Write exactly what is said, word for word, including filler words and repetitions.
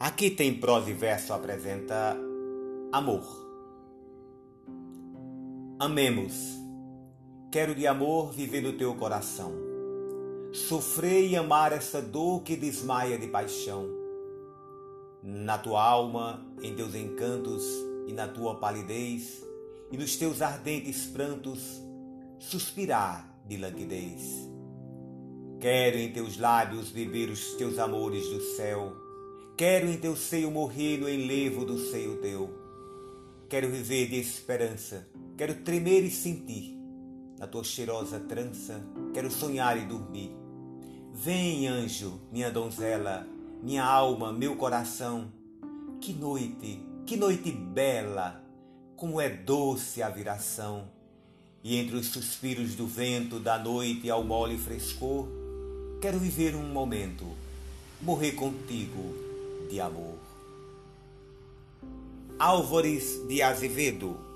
Aqui tem prosa e verso apresenta amor. Amemos. Quero de amor viver no teu coração. Sofrer e amar essa dor que desmaia de paixão. Na tua alma, em teus encantos e na tua palidez, e nos teus ardentes prantos, suspirar de languidez. Quero em teus lábios beber os teus amores do céu. Quero em teu seio morrer no enlevo do seio teu. Quero viver de esperança, quero tremer e sentir. Na tua cheirosa trança, quero sonhar e dormir. Vem, anjo, minha donzela, minha alma, meu coração. Que noite, que noite bela, como é doce a viração. E entre os suspiros do vento, da noite ao mole frescor, quero viver um momento, morrer contigo de amor. Álvares de Azevedo.